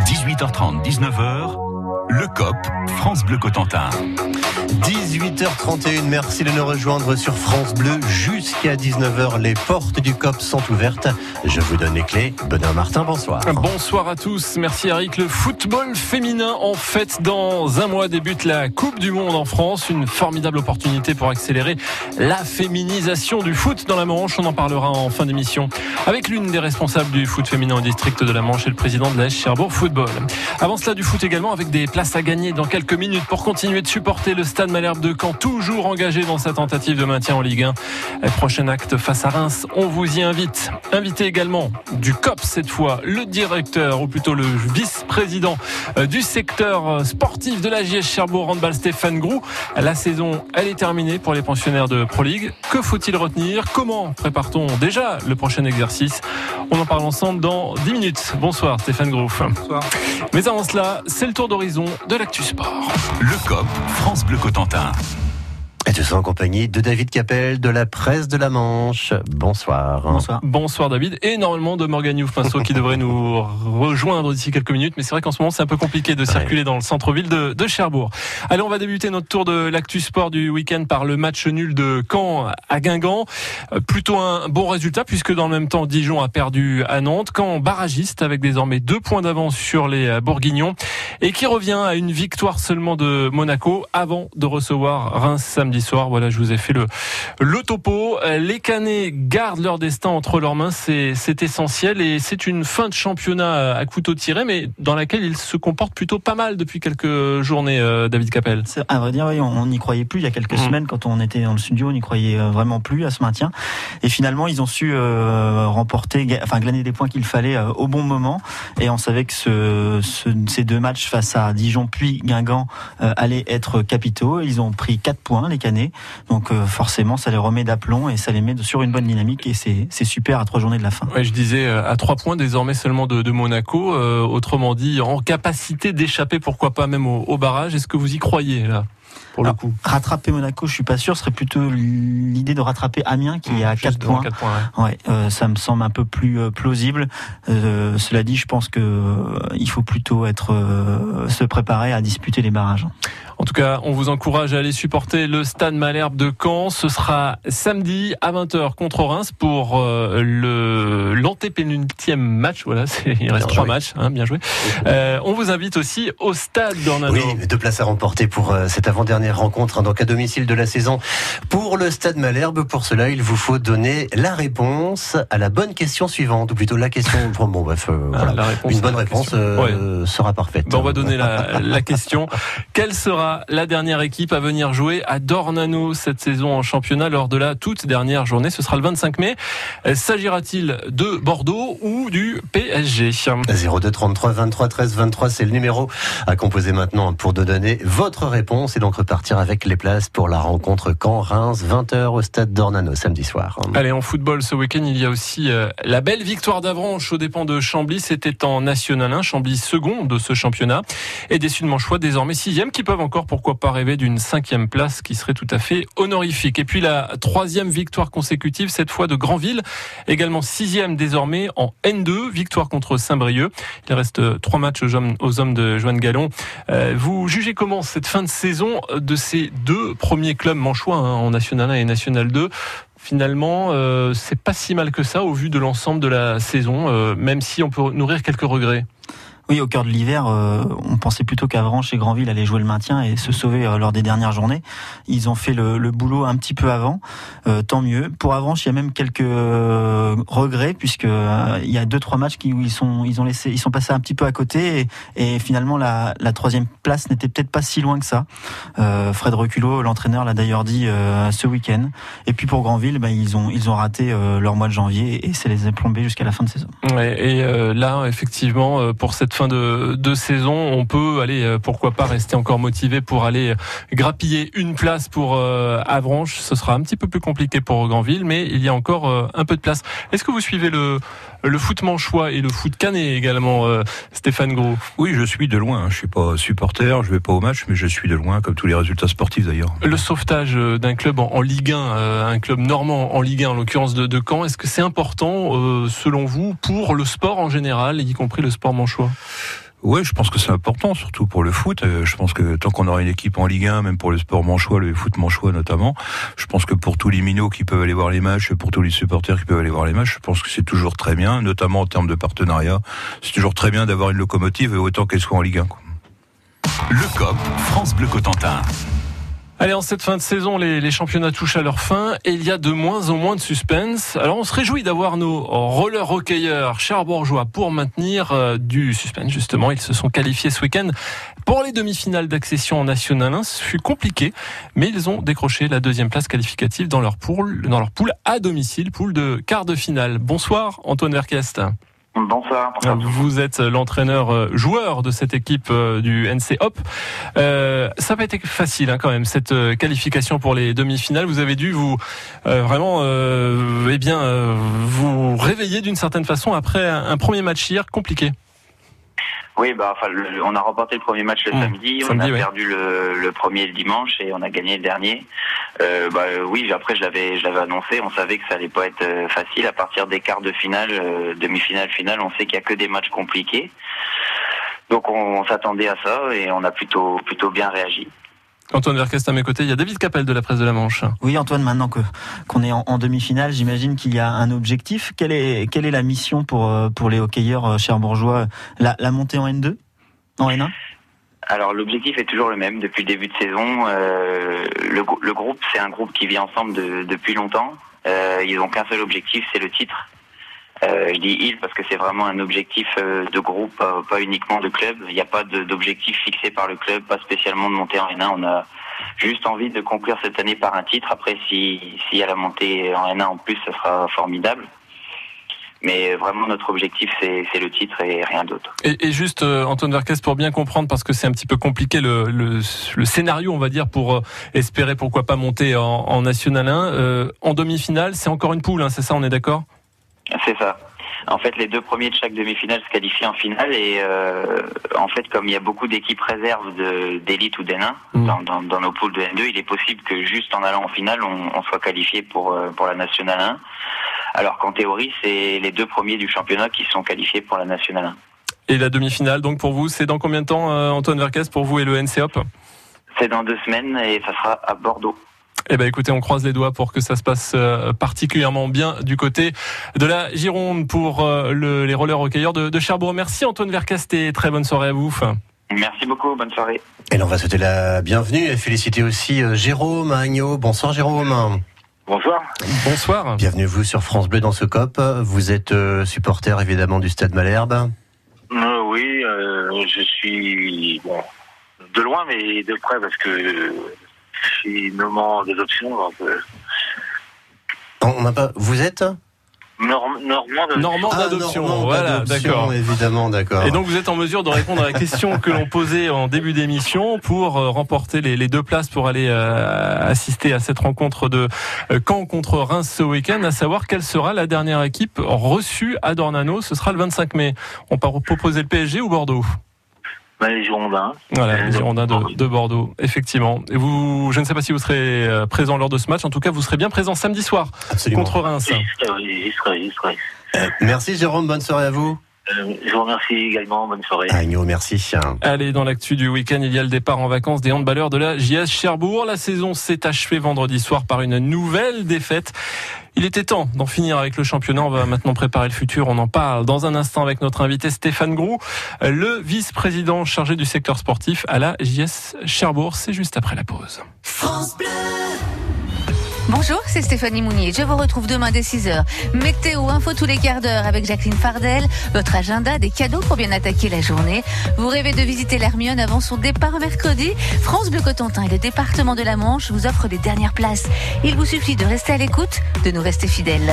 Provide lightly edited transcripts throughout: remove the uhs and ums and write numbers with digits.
18h30, 19h, le COP, France Bleu Cotentin. 18h31, merci de nous rejoindre sur France Bleu. Jusqu'à 19h, les portes du COP sont ouvertes. Je vous donne les clés. Benoît Martin, bonsoir. Bonsoir à tous, merci Eric. Le football féminin en fête. Dans un mois débute la Coupe du Monde en France. Une formidable opportunité pour accélérer la féminisation du foot dans la Manche. On en parlera en fin d'émission avec l'une des responsables du foot féminin au district de la Manche et le président de l'AS Cherbourg Football. Avant cela, du foot également avec des places à gagner dans quelques minutes pour continuer de supporter le Stade Malherbe de Caen, toujours engagé dans sa tentative de maintien en Ligue 1. Prochain acte face à Reims, on vous y invite. Invité également du COP cette fois, le directeur, ou plutôt le vice-président du secteur sportif de la JS Cherbourg Handball, Stéphane Groux. La saison, elle est terminée pour les pensionnaires de Pro League. Que faut-il retenir ? Comment prépare-t-on déjà le prochain exercice ? On en parle ensemble dans 10 minutes. Bonsoir Stéphane Groux. Bonsoir. Mais avant cela, c'est le tour d'horizon de l'actu sport. Le COP, France Bleu Cotentin. Et tout ça en compagnie de David Capel de la presse de la Manche. Bonsoir. Bonsoir. Bonsoir David, et normalement de Morgan Youf-Pinceau qui devrait nous rejoindre d'ici quelques minutes, mais c'est vrai qu'en ce moment c'est un peu compliqué de circuler dans le centre-ville de Cherbourg. Allez, on va débuter notre tour de l'actu sport du week-end par le match nul de Caen à Guingamp. Plutôt un bon résultat puisque dans le même temps Dijon a perdu à Nantes. Caen barragiste avec désormais 2 points d'avance sur les Bourguignons et qui revient à une victoire seulement de Monaco avant de recevoir Reims samedi soir. Voilà, je vous ai fait le topo. Les Canets gardent leur destin entre leurs mains, c'est essentiel, et c'est une fin de championnat à couteau tiré, mais dans laquelle ils se comportent plutôt pas mal depuis quelques journées, David Capel. À vrai dire, oui, on n'y croyait plus il y a quelques semaines quand on était dans le studio, on n'y croyait vraiment plus à ce maintien. Et finalement, ils ont su glaner des points qu'il fallait au bon moment. Et on savait que ces 2 matchs face à Dijon puis Guingamp allaient être capitaux. Ils ont pris 4 points, les Canets. Donc forcément, ça les remet d'aplomb et ça les met sur une bonne dynamique, et c'est super à 3 journées de la fin. Ouais, je disais à 3 points désormais seulement de Monaco. Autrement dit, en capacité d'échapper, pourquoi pas même au barrage. Est-ce que vous y croyez là ? Alors, rattraper Monaco, je suis pas sûr. Ce serait plutôt l'idée de rattraper Amiens qui est à 4 points. 4 points, ouais. Ça me semble un peu plus plausible. Cela dit, je pense que il faut plutôt se préparer à disputer les barrages. En tout cas, on vous encourage à aller supporter le Stade Malherbe de Caen. Ce sera samedi à 20h contre Reims pour l'antépénultième match. Voilà, il reste 3 matchs, bien joué. On vous invite aussi au Stade d'Ornano. Oui, 2 places à remporter pour cette avant-dernière rencontre, donc à domicile de la saison pour le Stade Malherbe. Pour cela, il vous faut donner la réponse à la bonne question suivante, ou plutôt la question. Voilà. Une bonne réponse sera parfaite. On va donner la question. Quelle sera la dernière équipe à venir jouer à Dornano cette saison en championnat lors de la toute dernière journée? Ce sera le 25 mai. S'agira-t-il de Bordeaux ou du PSG? 02 33 23 13 23, c'est le numéro à composer maintenant pour donner votre réponse et donc repartir avec les places pour la rencontre Caen-Reims, 20h au stade d'Ornano samedi soir. Allez, en football ce week-end, il y a aussi la belle victoire d'Avranches aux dépens de Chambly. C'était en National 1, Chambly second de ce championnat, et des Sud-Manchois désormais 6e qui peuvent encore, pourquoi pas, rêver d'une 5e place qui serait tout à fait honorifique. Et puis la 3e victoire consécutive, cette fois de Granville, également 6e désormais en N2, victoire contre Saint-Brieuc. Il reste 3 matchs aux hommes de Joanne Gallon. Vous jugez comment cette fin de saison de ces 2 premiers clubs manchois en National 1 et National 2? Finalement, c'est pas si mal que ça au vu de l'ensemble de la saison, même si on peut nourrir quelques regrets. Oui, au cœur de l'hiver, on pensait plutôt qu'Avranches et Granville allaient jouer le maintien et se sauver lors des dernières journées. Ils ont fait le boulot un petit peu avant, tant mieux. Pour Avranches, il y a même quelques regrets puisque il y a 2-3 matchs où ils sont passés un petit peu à côté et finalement la 3e place n'était peut-être pas si loin que ça. Fred Reculot, l'entraîneur, l'a d'ailleurs dit ce week-end. Et puis pour Granville, ils ont raté leur mois de janvier et ça les a plombés jusqu'à la fin de saison. Ouais, et là, effectivement, pour cette fin de saison, on peut aller, pourquoi pas, rester encore motivé pour aller grappiller une place pour Avranches. Ce sera un petit peu plus compliqué pour Granville, mais il y a encore un peu de place. Est-ce que vous suivez le foot manchois et le foot canet également, Stéphane Groux? Oui, je suis de loin. Je suis pas supporter, je vais pas au match, mais je suis de loin, comme tous les résultats sportifs d'ailleurs. Le sauvetage d'un club en Ligue 1, un club normand en Ligue 1, en l'occurrence de Caen, est-ce que c'est important, selon vous, pour le sport en général, y compris le sport manchois? Ouais, je pense que c'est important, surtout pour le foot. Je pense que tant qu'on aura une équipe en Ligue 1, même pour le sport manchois, le foot manchois notamment, je pense que pour tous les minots qui peuvent aller voir les matchs, pour tous les supporters qui peuvent aller voir les matchs, je pense que c'est toujours très bien, notamment en termes de partenariat. C'est toujours très bien d'avoir une locomotive, autant qu'elle soit en Ligue 1, quoi. Le COP, France Bleu Cotentin. Allez, en cette fin de saison, les championnats touchent à leur fin et il y a de moins en moins de suspense. Alors, on se réjouit d'avoir nos roller hockeyeurs cherbourgeois pour maintenir du suspense, justement. Ils se sont qualifiés ce week-end pour les demi-finales d'accession en National 1. Ce fut compliqué, mais ils ont décroché la 2e place qualificative dans leur poule à domicile, poule de quart de finale. Bonsoir, Antoine Verkest. Bonsoir. Vous êtes l'entraîneur joueur de cette équipe du NC Hop. Ça n'a pas été facile quand même, cette qualification pour les demi-finales. Vous avez dû vous vous réveiller d'une certaine façon après un premier match hier compliqué. Oui, on a remporté le premier match le samedi, on a perdu le premier le dimanche et on a gagné le dernier. Oui, après je l'avais annoncé, on savait que ça allait pas être facile. À partir des quarts de finale, demi-finale, finale, on sait qu'il y a que des matchs compliqués. Donc on s'attendait à ça et on a plutôt bien réagi. Antoine Verkest à mes côtés, il y a David Capel de la Presse de la Manche. Oui, Antoine, maintenant qu'on est en demi-finale, j'imagine qu'il y a un objectif. Quelle est la mission pour les hockeyeurs cherbourgeois, la montée en N2, en N1? Alors l'objectif est toujours le même depuis le début de saison. Le groupe, c'est un groupe qui vit ensemble depuis longtemps. Ils n'ont qu'un seul objectif, c'est le titre. Je dis il parce que c'est vraiment un objectif de groupe, pas uniquement de club. Il n'y a pas d'objectif fixé par le club, pas spécialement de monter en N1. On a juste envie de conclure cette année par un titre. Après, s'il y a la montée en N1 en plus, ça sera formidable. Mais vraiment, notre objectif, c'est le titre et rien d'autre. Et juste, Antoine Verkest, pour bien comprendre, parce que c'est un petit peu compliqué le scénario, on va dire, pour espérer pourquoi pas monter en National 1. En demi-finale, c'est encore une poule, c'est ça, on est d'accord ? C'est ça. En fait, les 2 premiers de chaque demi-finale se qualifient en finale et en fait, comme il y a beaucoup d'équipes réserves d'élite ou d'N1 dans nos poules de N2, il est possible que juste en allant en finale, on soit qualifié pour la National 1. Alors qu'en théorie, c'est les 2 premiers du championnat qui sont qualifiés pour la National 1. Et la demi-finale, donc pour vous, c'est dans combien de temps, Antoine Verkest, pour vous et le NC Hop ? C'est dans 2 semaines et ça sera à Bordeaux. Eh ben, écoutez, on croise les doigts pour que ça se passe particulièrement bien du côté de la Gironde pour les rollers hockeyeurs de Cherbourg. Merci Antoine Verkest et très bonne soirée à vous. Merci beaucoup, bonne soirée. Et on va souhaiter la bienvenue et féliciter aussi Jérôme Agneau. Bonsoir Jérôme. Bonsoir. Bonsoir. Bienvenue vous sur France Bleu dans ce COP. Vous êtes supporter évidemment du Stade Malherbe. Oui, je suis de loin mais de près parce que je suis Normand d'adoption. Donc, on n'a pas. Vous êtes Normand d'adoption. Voilà, d'accord. Évidemment, d'accord. Et donc vous êtes en mesure de répondre à la question que l'on posait en début d'émission pour remporter les 2 places pour aller assister à cette rencontre de Caen contre Reims ce week-end, à savoir quelle sera la dernière équipe reçue à Dornano. Ce sera le 25 mai. On peut proposer le PSG ou Bordeaux ? Les Girondins. Voilà, les Girondins de Bordeaux, effectivement. Et vous, je ne sais pas si vous serez présent lors de ce match. En tout cas, vous serez bien présent samedi soir. Absolument. Contre Reims. J'y serai. Merci Jérôme, bonne soirée à vous. Je vous remercie également, bonne soirée. Agneau, merci. Allez, dans l'actu du week-end, il y a le départ en vacances des handballeurs de la JS Cherbourg. La saison s'est achevée vendredi soir par une nouvelle défaite. Il était temps d'en finir avec le championnat. On va maintenant préparer le futur. On en parle dans un instant avec notre invité Stéphane Groux, le vice-président chargé du secteur sportif à la JS Cherbourg. C'est juste après la pause. France Bleu. Bonjour, c'est Stéphanie Mounier. Je vous retrouve demain dès 6h. Météo, info tous les quarts d'heure avec Jacqueline Fardel. Votre agenda, des cadeaux pour bien attaquer la journée. Vous rêvez de visiter l'Hermione avant son départ mercredi ? France Bleu Cotentin et le département de la Manche vous offrent les dernières places. Il vous suffit de rester à l'écoute, de nous rester fidèles.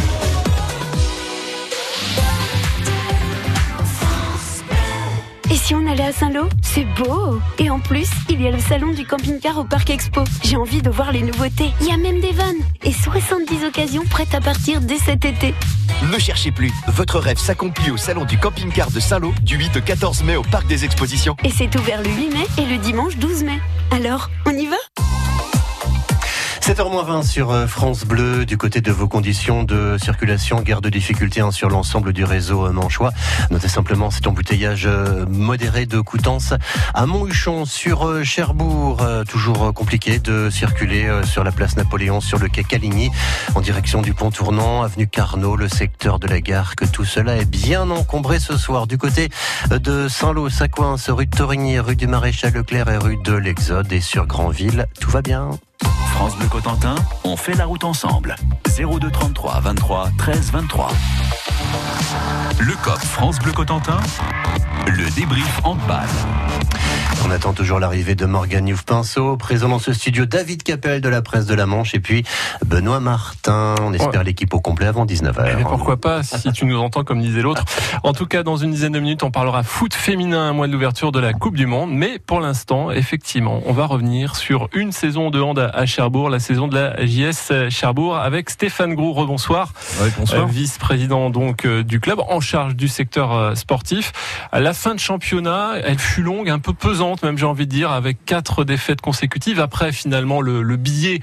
Et si on allait à Saint-Lô ? C'est beau ! Et en plus, il y a le salon du camping-car au Parc Expo. J'ai envie de voir les nouveautés. Il y a même des vannes. Et 70 occasions prêtes à partir dès cet été. Ne cherchez plus. Votre rêve s'accomplit au salon du camping-car de Saint-Lô du 8 au 14 mai au Parc des Expositions. Et c'est ouvert le 8 mai et le dimanche 12 mai. Alors, on y va ? 7h-20 sur France Bleu, du côté de vos conditions de circulation, guère de difficultés sur l'ensemble du réseau manchois. Notez simplement cet embouteillage modéré de Coutances à Monthuchon sur Cherbourg. Toujours compliqué de circuler sur la place Napoléon, sur le quai Caligny, en direction du pont tournant, avenue Carnot, le secteur de la gare, que tout cela est bien encombré ce soir. Du côté de Saint-Lô, ça coince, rue de Torigny, rue du Maréchal Leclerc et rue de l'Exode, et sur Granville, tout va bien. France Bleu Cotentin, on fait la route ensemble. 02 33 23 13 23. Le COP France Bleu Cotentin, le débrief handball. On attend toujours l'arrivée de Morgane Youf-Pinceau, présent dans ce studio David Capel de la presse de la Manche et puis Benoît Martin. On espère l'équipe au complet avant 19h. Mais pourquoi pas, si tu nous entends comme disait l'autre. En tout cas, dans une dizaine de minutes, on parlera foot féminin, un mois de l'ouverture de la Coupe du Monde. Mais pour l'instant, effectivement, on va revenir sur une saison de hand à Cherbourg, la saison de la JS Cherbourg, avec Stéphane Groux. Rebonsoir. Ouais, bonsoir. Vice-président donc du club, en charge du secteur sportif. À la fin de championnat, elle fut longue, un peu pesante, même j'ai envie de dire, avec 4 défaites consécutives. Après, finalement, le billet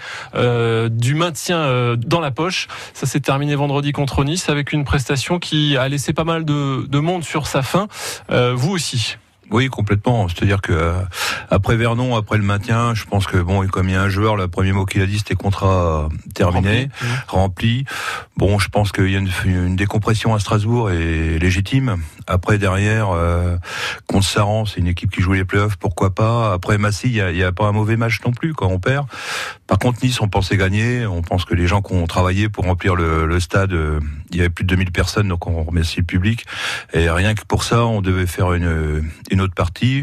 du maintien dans la poche. Ça s'est terminé vendredi contre Nice avec une prestation qui a laissé pas mal de monde sur sa fin. Vous aussi. Oui, complètement. C'est-à-dire que après Vernon, après le maintien, je pense que bon, comme il y a un joueur, le premier mot qu'il a dit, c'était contrat terminé, rempli. Bon, je pense qu'il y a une décompression à Strasbourg est légitime. Après, derrière, contre Saran, c'est une équipe qui joue les playoffs, pourquoi pas. Après Massy, il y a pas un mauvais match non plus quand on perd. Par contre, Nice, on pensait gagner. On pense que les gens qui ont travaillé pour remplir le stade, il y avait plus de 2000 personnes, donc on remercie le public. Et rien que pour ça, on devait faire une autre partie.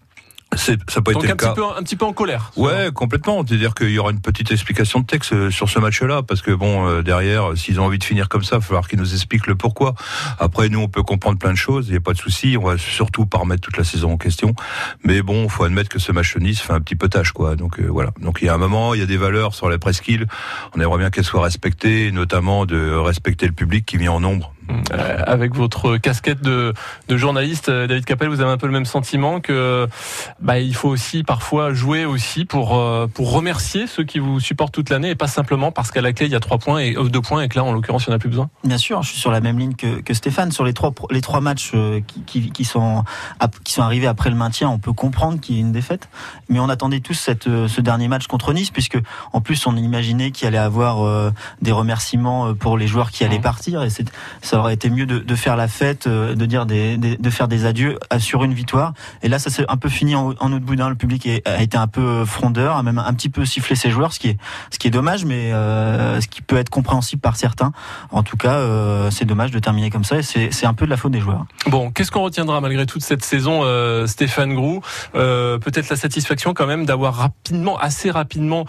Ça n'a pas été le cas. Un petit peu en colère. Ouais, complètement. C'est-à-dire qu'il y aura une petite explication de texte sur ce match-là, parce que bon, derrière, s'ils ont envie de finir comme ça, il va falloir qu'ils nous expliquent le pourquoi. Après, nous, on peut comprendre plein de choses, il n'y a pas de souci. On va surtout pas remettre toute la saison en question. Mais bon, il faut admettre que ce match de Nice fait un petit peu tâche, quoi. Donc voilà. Donc il y a un moment, il y a des valeurs sur la presqu'île. On aimerait bien qu'elles soient respectées, et notamment de respecter le public qui vient en nombre. Avec votre casquette de journaliste, David Capel, vous avez un peu le même sentiment que il faut aussi parfois jouer aussi pour remercier ceux qui vous supportent toute l'année et pas simplement parce qu'à la clé il y a 3 points et 2 points et que là en l'occurrence il n'y en a plus besoin. Bien sûr, je suis sur la même ligne que Stéphane sur les trois matchs qui sont arrivés après le maintien. On peut comprendre qu'il y ait une défaite, mais on attendait tous ce dernier match contre Nice, puisque en plus on imaginait qu'il allait avoir des remerciements pour les joueurs qui allaient partir, et ça aurait été mieux de faire la fête, de dire de faire des adieux sur une victoire. Et là, ça s'est un peu fini en autre boudin. Le public a été un peu frondeur, a même un petit peu sifflé ses joueurs, ce qui est dommage, mais ce qui peut être compréhensible par certains. En tout cas, c'est dommage de terminer comme ça. Et c'est un peu de la faute des joueurs. Bon, qu'est-ce qu'on retiendra malgré toute cette saison, Stéphane Groux? Peut-être la satisfaction quand même d'avoir assez rapidement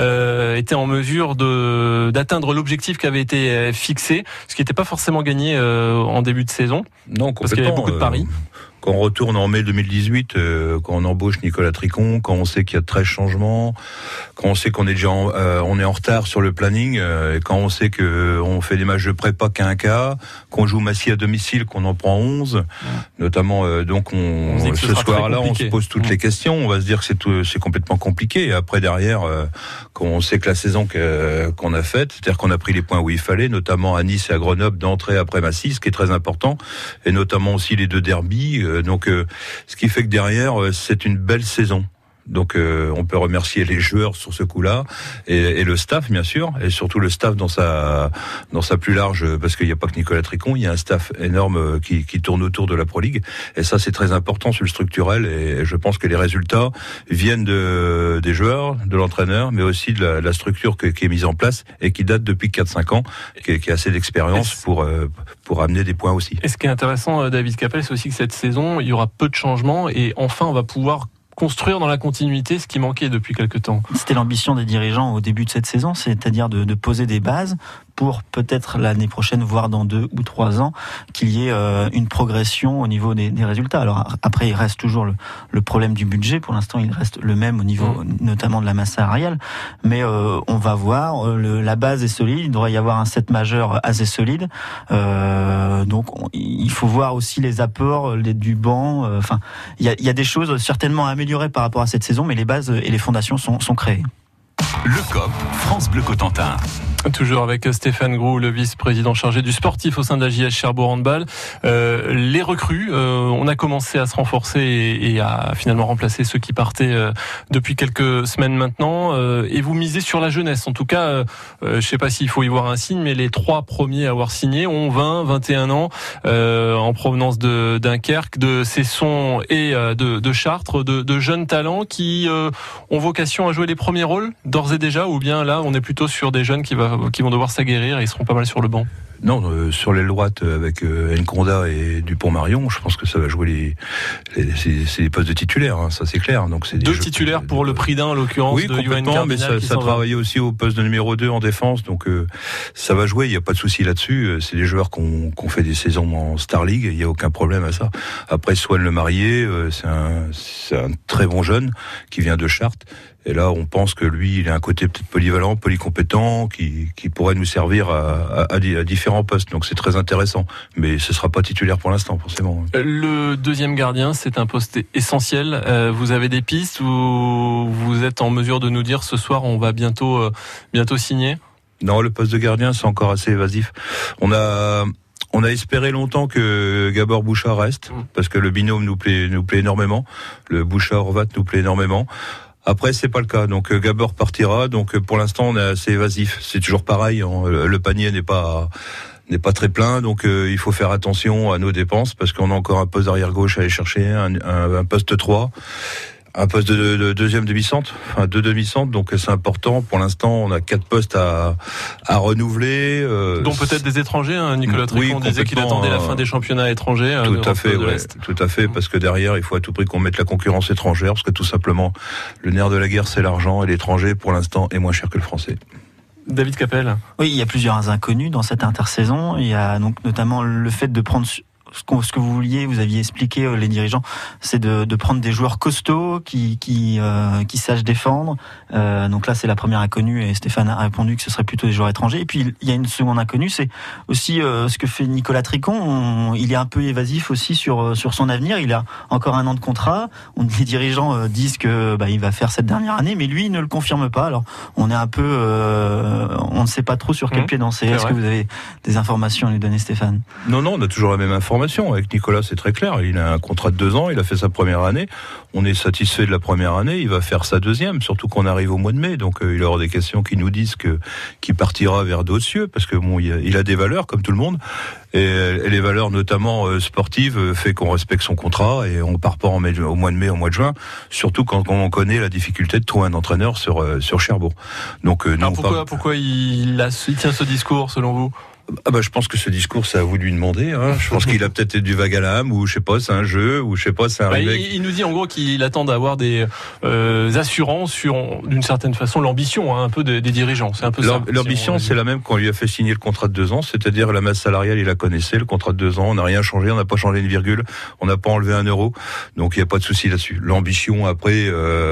été en mesure d'atteindre l'objectif qui avait été fixé, ce qui n'était pas forcément gagné en début de saison. Non, parce qu'il y avait beaucoup de paris. Quand on retourne en mai 2018, quand on embauche Nicolas Tricon, quand on sait qu'il y a 13 changements, quand on sait qu'on est déjà on est en retard sur le planning, et quand on sait que on fait des matchs de prépa qu'à un cas, qu'on joue Massy à domicile, qu'on en prend 11, notamment donc ce soir-là, on se pose toutes les questions, on va se dire que c'est complètement compliqué. Et après derrière, quand on sait que la saison qu'on a faite, c'est-à-dire qu'on a pris les points où il fallait, notamment à Nice et à Grenoble, d'entrée après Massy, ce qui est très important, et notamment aussi les 2 derbys. Donc, ce qui fait que derrière, c'est une belle saison. Donc on peut remercier les joueurs sur ce coup-là et le staff bien sûr, et surtout le staff dans sa plus large, parce qu'il n'y a pas que Nicolas Tricon, il y a un staff énorme qui tourne autour de la Pro League, et ça c'est très important sur le structurel, et je pense que les résultats viennent des joueurs, de l'entraîneur, mais aussi de la structure qui est mise en place et qui date depuis 4-5 ans, qui a assez d'expérience pour amener des points aussi. Et ce qui est intéressant, David Capel, c'est aussi que cette saison il y aura peu de changements, et enfin on va pouvoir construire dans la continuité ce qui manquait depuis quelque temps. C'était l'ambition des dirigeants au début de cette saison, c'est-à-dire de poser des bases pour peut-être l'année prochaine, voire dans 2 ou 3 ans, qu'il y ait une progression au niveau des résultats. Alors après, il reste toujours le problème du budget. Pour l'instant, il reste le même au niveau notamment de la masse salariale. Mais on va voir, la base est solide, il devrait y avoir un set majeur assez solide. Donc il faut voir aussi les apports du banc. Enfin, il y a des choses certainement à améliorer par rapport à cette saison, mais les bases et les fondations sont créées. Le COP France Bleu Cotentin. Toujours avec Stéphane Groux, le vice-président chargé du sportif au sein de la JS Cherbourg Handball. Les recrues, on a commencé à se renforcer et à finalement remplacer ceux qui partaient depuis quelques semaines maintenant. Et vous misez sur la jeunesse. En tout cas, je ne sais pas s'il faut y voir un signe, mais les 3 premiers à avoir signé ont 20, 21 ans en provenance de Dunkerque, de Cesson et de Chartres, de jeunes talents qui ont vocation à jouer les premiers rôles d'ores et déjà, ou bien là, on est plutôt sur des jeunes qui vont devoir s'aguerrir et ils seront pas mal sur le banc. Non, sur l'aile droite avec Nkonda et Dupont-Marion, je pense que ça va jouer c'est les postes de titulaires, hein, ça c'est clair. Donc c'est 2 titulaires pour le prix d'un, en l'occurrence, oui, de Yoann complètement, mais Cardinal ça travaillait aussi au poste de numéro 2 en défense, donc ça va jouer, il n'y a pas de souci là-dessus. C'est des joueurs qu'on fait des saisons en Star League, il n'y a aucun problème à ça. Après, Swan Le Marié, c'est un très bon jeune qui vient de Chartres. Et là, on pense que lui, il a un côté peut-être polyvalent, polycompétent, qui pourrait nous servir à différents postes. Donc c'est très intéressant. Mais ce sera pas titulaire pour l'instant, forcément. Le deuxième gardien, c'est un poste essentiel. Vous avez des pistes ou vous êtes en mesure de nous dire ce soir, on va bientôt signer? Non, le poste de gardien, c'est encore assez évasif. On a espéré longtemps que Gabor Bouchard reste, parce que le binôme nous plaît énormément. Le Bouchard-Horvat nous plaît énormément. Après, c'est pas le cas. Donc, Gabor partira. Donc, pour l'instant, on est assez évasif. C'est toujours pareil. Le panier n'est pas très plein. Donc, il faut faire attention à nos dépenses parce qu'on a encore un poste arrière gauche à aller chercher, un poste 3. Un poste de deuxième demi-centre, enfin 2 demi-centres, donc c'est important. Pour l'instant, on a 4 postes à renouveler. Dont peut-être des étrangers, hein. Nicolas Tricon disait qu'il attendait la fin des championnats étrangers. Tout à fait, parce que derrière, il faut à tout prix qu'on mette la concurrence étrangère, parce que tout simplement, le nerf de la guerre, c'est l'argent, et l'étranger, pour l'instant, est moins cher que le français. David Capel. Oui, il y a plusieurs inconnus dans cette intersaison. Il y a donc notamment le fait de prendre ce que vous aviez expliqué les dirigeants, c'est de prendre des joueurs costauds qui sachent défendre. Donc là, c'est la première inconnue et Stéphane a répondu que ce serait plutôt des joueurs étrangers. Et puis il y a une seconde inconnue, c'est aussi ce que fait Nicolas Tricon. Il est un peu évasif aussi sur son avenir. Il a encore 1 an de contrat. Les dirigeants disent que il va faire cette dernière année, mais lui il ne le confirme pas. Alors on est un peu, on ne sait pas trop sur quel pied danser. Est-ce que vous avez des informations à lui donner, Stéphane? Non, on a toujours la même information. Avec Nicolas, c'est très clair. Il a un contrat de 2 ans, il a fait sa première année. On est satisfait de la première année, il va faire sa deuxième, surtout qu'on arrive au mois de mai. Donc il aura des questions qui nous disent qu'il partira vers d'autres cieux, parce que il a des valeurs, comme tout le monde. Et les valeurs, notamment sportives, fait qu'on respecte son contrat et on part pas au mois de mai, au mois de juin. Surtout quand on connaît la difficulté de trouver un entraîneur sur Cherbourg. Donc, pourquoi il tient ce discours, selon vous? Je pense que ce discours, c'est à vous de lui demander. Hein. Je pense qu'il a peut-être du vague à l'âme, ou je sais pas, c'est un jeu, ou je sais pas, c'est un remake. Il nous dit en gros qu'il attend d'avoir des assurances sur, d'une certaine façon, l'ambition un peu des dirigeants. C'est un peu ça. L'ambition, c'est la même qu'on lui a fait signer le contrat de 2 ans, c'est-à-dire la masse salariale, il la connaissait, le contrat de 2 ans, on n'a rien changé, on n'a pas changé une virgule, on n'a pas enlevé 1 euro, donc il n'y a pas de souci là-dessus. L'ambition après,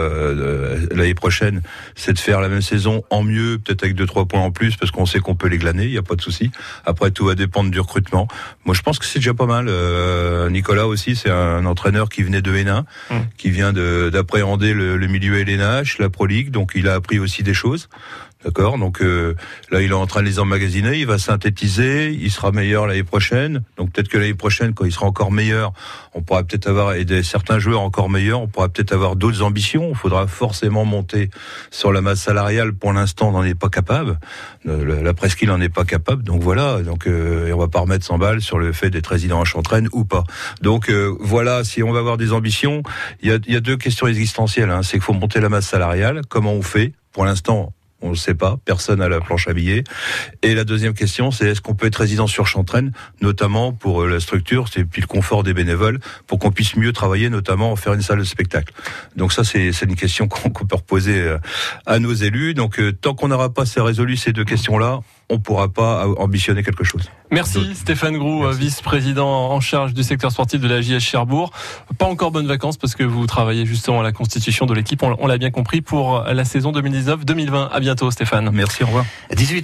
l'année prochaine, c'est de faire la même saison en mieux, peut-être avec 2-3 points en plus, parce qu'on sait qu'on peut les glaner, il n'y a pas de souci. Après, tout va dépendre du recrutement. Moi, je pense que c'est déjà pas mal. Nicolas aussi, c'est un entraîneur qui venait de Hénin, qui vient d'appréhender le milieu LNH, la Pro League, donc il a appris aussi des choses. D'accord, donc là il est en train de les emmagasiner, il va synthétiser, il sera meilleur l'année prochaine. Donc peut-être que l'année prochaine, quand il sera encore meilleur, on pourra peut-être avoir certains joueurs encore meilleurs, on pourra peut-être avoir d'autres ambitions. Il faudra forcément monter sur la masse salariale. Pour l'instant, on n'en est pas capable. La presqu'île n'en est pas capable. Donc voilà, et on va pas remettre 100 balles sur le fait d'être résident à Chantraine ou pas. Donc voilà, si on va avoir des ambitions, il y a 2 questions existentielles. C'est qu'il faut monter la masse salariale. Comment on fait? Pour l'instant, on ne sait pas, personne n'a la planche à billets. Et la deuxième question, c'est est-ce qu'on peut être résident sur Chantraine, notamment pour la structure, et puis le confort des bénévoles, pour qu'on puisse mieux travailler, notamment faire une salle de spectacle. Donc ça, c'est une question qu'on peut reposer à nos élus. Donc tant qu'on n'aura pas résolu ces 2 questions-là, on ne pourra pas ambitionner quelque chose. Merci Stéphane Groux, vice-président en charge du secteur sportif de la JS Cherbourg. Pas encore bonnes vacances parce que vous travaillez justement à la constitution de l'équipe, on l'a bien compris, pour la saison 2019-2020. À bientôt Stéphane. Merci, au revoir.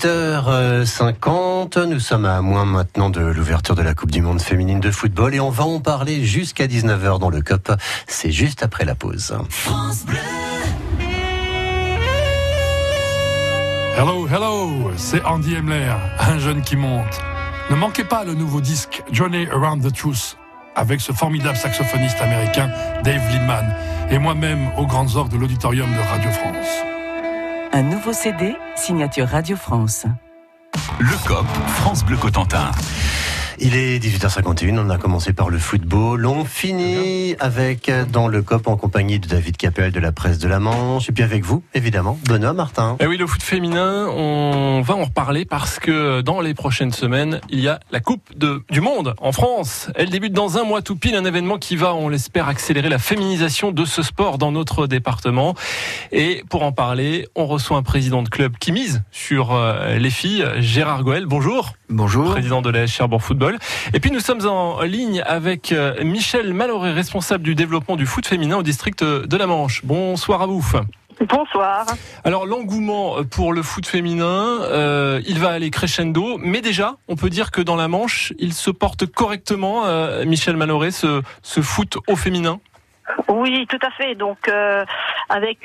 18h50, nous sommes à moins maintenant de l'ouverture de la Coupe du Monde féminine de football et on va en parler jusqu'à 19h dans le COP. C'est juste après la pause. France Bleu. Hello, hello, c'est Andy Emler, un jeune qui monte. Ne manquez pas le nouveau disque Journey Around the Truth avec ce formidable saxophoniste américain Dave Liebman et moi-même aux grandes orgues de l'auditorium de Radio France. Un nouveau CD, signature Radio France. Le COP, France Bleu Cotentin. Il est 18h51, on a commencé par le football, on finit avec dans le COP en compagnie de David Capel de la Presse de la Manche et puis avec vous, évidemment, Benoît Martin. Et oui, le foot féminin, on va en reparler parce que dans les prochaines semaines, il y a la Coupe du Monde en France. Elle débute dans un mois tout pile, un événement qui va, on l'espère, accélérer la féminisation de ce sport dans notre département. Et pour en parler, on reçoit un président de club qui mise sur les filles, Gérard Goël. Bonjour. Bonjour. Président de la Cherbourg Football. Et puis nous sommes en ligne avec Michel Maloré, responsable du développement du foot féminin au district de la Manche. Bonsoir à vous. Bonsoir. Alors l'engouement pour le foot féminin, il va aller crescendo, mais déjà on peut dire que dans la Manche, il se porte correctement, Michel Maloré, ce foot au féminin. Oui, tout à fait. Donc avec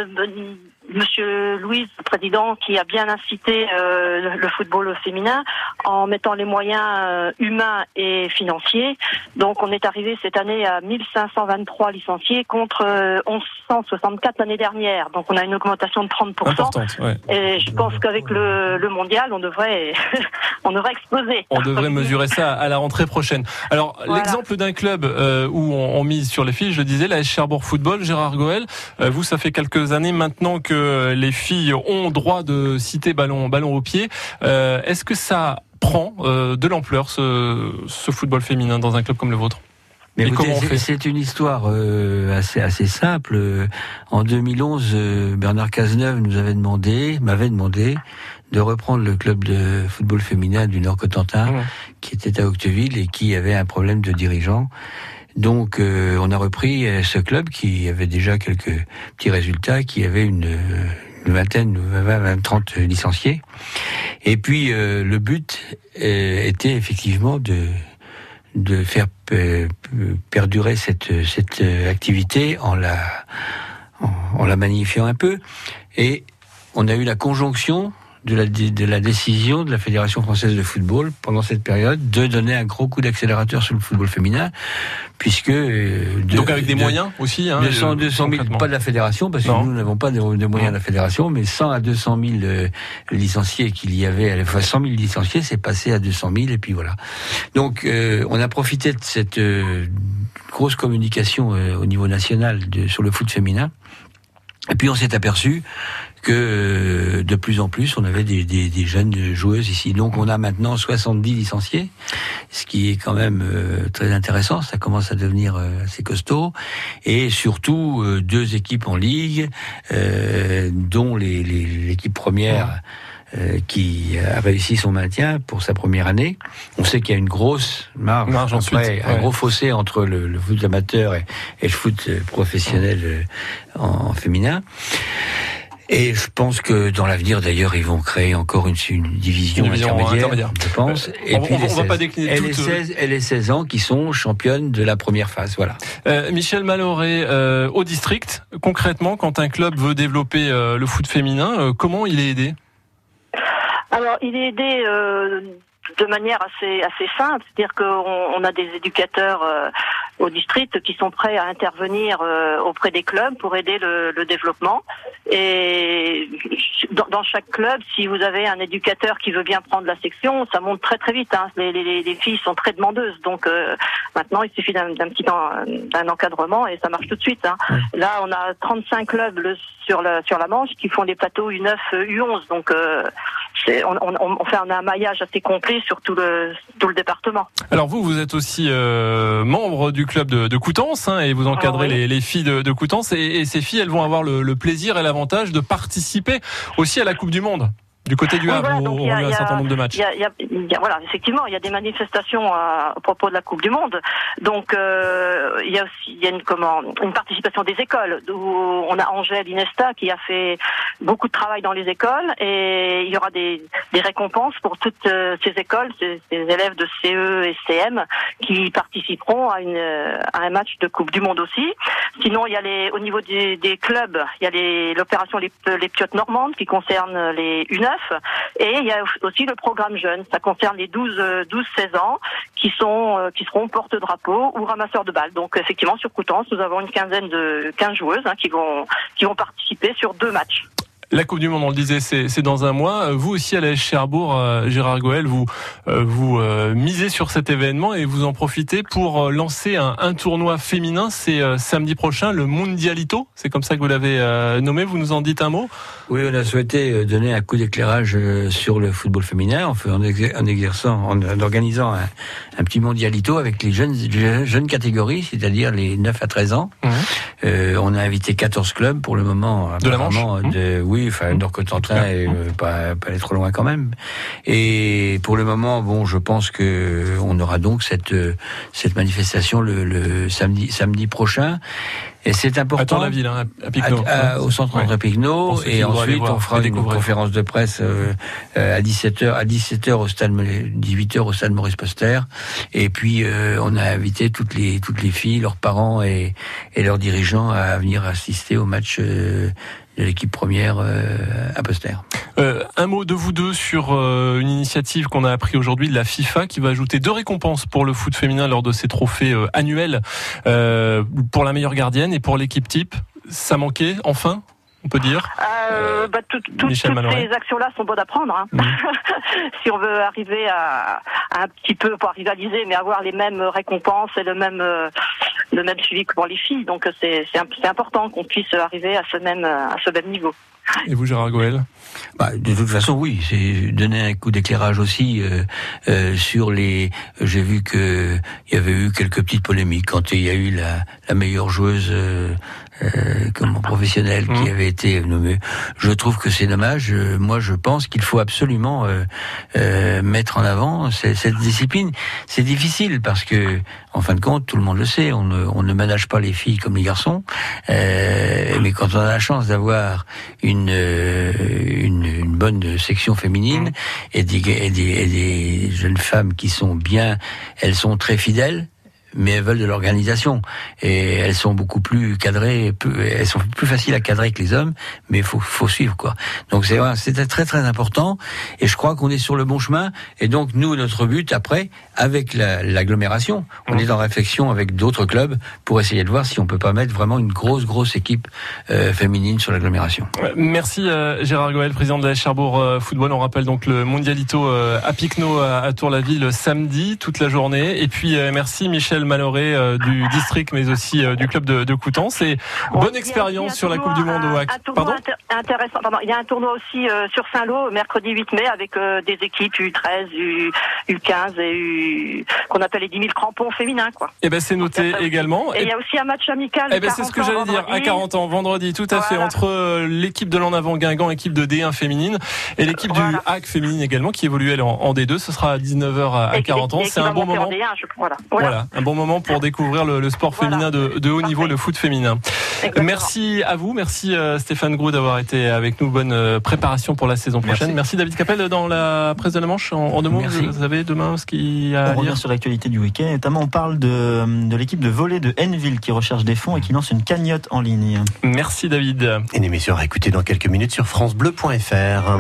Monsieur Louis, le président, qui a bien incité le football féminin en mettant les moyens humains et financiers. Donc on est arrivé cette année à 1523 licenciés contre 1164 l'année dernière. Donc on a une augmentation de 30%. Importante, ouais. Et je pense qu'avec le mondial, on devrait exploser. On devrait mesurer ça à la rentrée prochaine. Alors voilà. L'exemple d'un club où on mise sur les filles, je le disais, la Cherbourg Football, Gérard Goël, vous, ça fait quelques années maintenant que les filles ont droit de citer ballon au pied. Est-ce que ça prend de l'ampleur, ce football féminin dans un club comme le vôtre? Mais écoutez, c'est une histoire assez simple. En 2011, Bernard Cazeneuve m'avait demandé de reprendre le club de football féminin du Nord-Cotentin, qui était à Octeville et qui avait un problème de dirigeant. Donc on a repris ce club qui avait déjà quelques petits résultats, qui avait une vingtaine, 30 licenciés. Et puis le but était effectivement de faire perdurer cette activité en la magnifiant un peu. Et on a eu la conjonction de la décision de la Fédération française de football pendant cette période de donner un gros coup d'accélérateur sur le football féminin, puisque donc avec des moyens aussi, 200 000, pas de la fédération, parce que nous n'avons pas de moyens de la fédération, mais 100 à 200 000 licenciés qu'il y avait, à la fois 100 000 licenciés, c'est passé à 200 000 et puis voilà. Donc on a profité de cette grosse communication au niveau national sur le foot féminin. Et puis on s'est aperçu que de plus en plus on avait des jeunes joueuses ici. Donc on a maintenant 70 licenciés, ce qui est quand même très intéressant. Ça commence à devenir assez costaud. Et surtout 2 équipes en ligue, dont l'équipe première qui a réussi son maintien pour sa première année. On sait qu'il y a une grosse marge ensuite, un gros fossé entre le foot amateur et le foot professionnel en féminin. Et je pense que dans l'avenir, d'ailleurs, ils vont créer encore une division intermédiaire, je pense. Et puis on va pas décliner les 16 ans qui sont championnes de la première phase, voilà. Michel Maloré, au district, concrètement, quand un club veut développer le foot féminin, comment il est aidé? Alors, il est aidé de manière assez simple, c'est-à-dire qu'on a des éducateurs au district qui sont prêts à intervenir auprès des clubs pour aider le développement. Et dans chaque club, si vous avez un éducateur qui veut bien prendre la section, ça monte très très vite. Les filles sont très demandeuses, donc maintenant il suffit d'un encadrement et ça marche tout de suite. Là, on a 35 clubs sur la Manche qui font des plateaux U9, U11, donc on fait un maillage assez complet sur tout le département. Alors vous êtes aussi membre du club de Coutances, et vous encadrez les filles de Coutances, et ces filles, elles vont avoir le plaisir et l'avantage de participer aussi à la Coupe du Monde. Du côté du Havre, où il y a un certain nombre de matchs. Voilà, effectivement, il y a des manifestations à propos de la Coupe du Monde. Donc, il y a une participation des écoles, où on a Angèle Inesta qui a fait beaucoup de travail dans les écoles, et il y aura des récompenses pour toutes ces écoles, ces élèves de CE et CM qui participeront à un match de Coupe du Monde aussi. Sinon, il y a au niveau des clubs, il y a l'opération les Piottes normandes qui concerne les U9, et il y a aussi le programme jeune. Ça concerne les 12-16 ans qui seront porte-drapeau ou ramasseurs de balles. Donc effectivement, sur Coutances, nous avons une 15 joueuses qui vont participer sur 2 matchs. La Coupe du Monde, on le disait, c'est dans un mois. Vous aussi, à l'AS Cherbourg, Gérard Goël, vous misez sur cet événement et vous en profitez pour lancer un tournoi féminin. C'est samedi prochain, le Mundialito. C'est comme ça que vous l'avez nommé. Vous nous en dites un mot? Oui, on a souhaité donner un coup d'éclairage sur le football féminin en organisant un petit Mundialito avec les jeunes catégories, c'est-à-dire les 9 à 13 ans. On a invité 14 clubs pour le moment. De la Manche. Oui, enfin, Nord-Cotentin et pas aller trop loin quand même. Et pour le moment, bon, je pense que on aura donc cette manifestation le samedi prochain. Et c'est important. À Tour-la-Ville, à Picno. Au centre André Picno. Et ensuite, on fera une conférence de presse à 17h au stade, 18h au stade Maurice Poster. Et puis, on a invité toutes les filles, leurs parents et leurs dirigeants à venir assister au match de l'équipe première à Poster. Un mot de vous deux sur une initiative qu'on a appris aujourd'hui de la FIFA qui va ajouter 2 récompenses pour le foot féminin lors de ses trophées annuels pour la meilleure gardienne et pour l'équipe type. Ça manquait, enfin, on peut dire. Toutes ces actions-là sont bonnes à prendre. Si on veut arriver à un petit peu, pas rivaliser, mais avoir les mêmes récompenses et le même suivi que pour les filles. Donc c'est important qu'on puisse arriver à ce même niveau. Et vous, Gérard Goël? De toute façon, oui, c'est donner un coup d'éclairage aussi sur les. J'ai vu que il y avait eu quelques petites polémiques quand il y a eu la meilleure joueuse professionnelle qui avait été nommée. Je trouve que c'est dommage. Moi, je pense qu'il faut absolument mettre en avant cette discipline. C'est difficile parce que, en fin de compte, tout le monde le sait, on ne manage pas les filles comme les garçons. Mais quand on a la chance d'avoir une bonne section féminine et des jeunes femmes qui sont bien, elles sont très fidèles, mais elles veulent de l'organisation et elles sont beaucoup plus cadrées, elles sont plus faciles à cadrer que les hommes, mais faut suivre quoi. Donc c'est très très important et je crois qu'on est sur le bon chemin. Et donc nous, notre but après, avec l'agglomération, on est en réflexion avec d'autres clubs pour essayer de voir si on peut pas mettre vraiment une grosse équipe féminine sur l'agglomération. Merci Gérard Goël, président de la Cherbourg Football. On rappelle donc le Mundialito à Picno à Tour-la-Ville samedi toute la journée. Et puis merci Michel Maloré du district, mais aussi du club de Coutances. Et bonne expérience sur la Coupe du Monde au HAC. Pardon ? Intéressant. Pardon. Il y a un tournoi aussi sur Saint-Lô mercredi 8 mai avec des équipes U13, U15 et qu'on appelle les 10 000 crampons féminins, quoi. Et ben c'est noté également. Et il y a aussi un match amical. C'est ce que j'allais dire. À 40 ans, vendredi, tout à fait, entre l'équipe de l'En Avant Guingamp, équipe de D1 féminine, et l'équipe du HAC féminine également, qui évolue elle en D2. Ce sera à 19h à 40 ans. C'est un bon moment. Voilà, un bon moment pour découvrir le sport féminin de haut niveau, le foot féminin. Exactement. Merci à vous, merci Stéphane Groux d'avoir été avec nous. Bonne préparation pour la saison prochaine. Merci David Capel dans la presse de la Manche. En 2 mots, vous avez demain ce qu'il y a à dire sur l'actualité du week-end. Notamment, on parle de l'équipe de volley de Henneville qui recherche des fonds et qui lance une cagnotte en ligne. Merci David. Une émission à écouter dans quelques minutes sur francebleu.fr.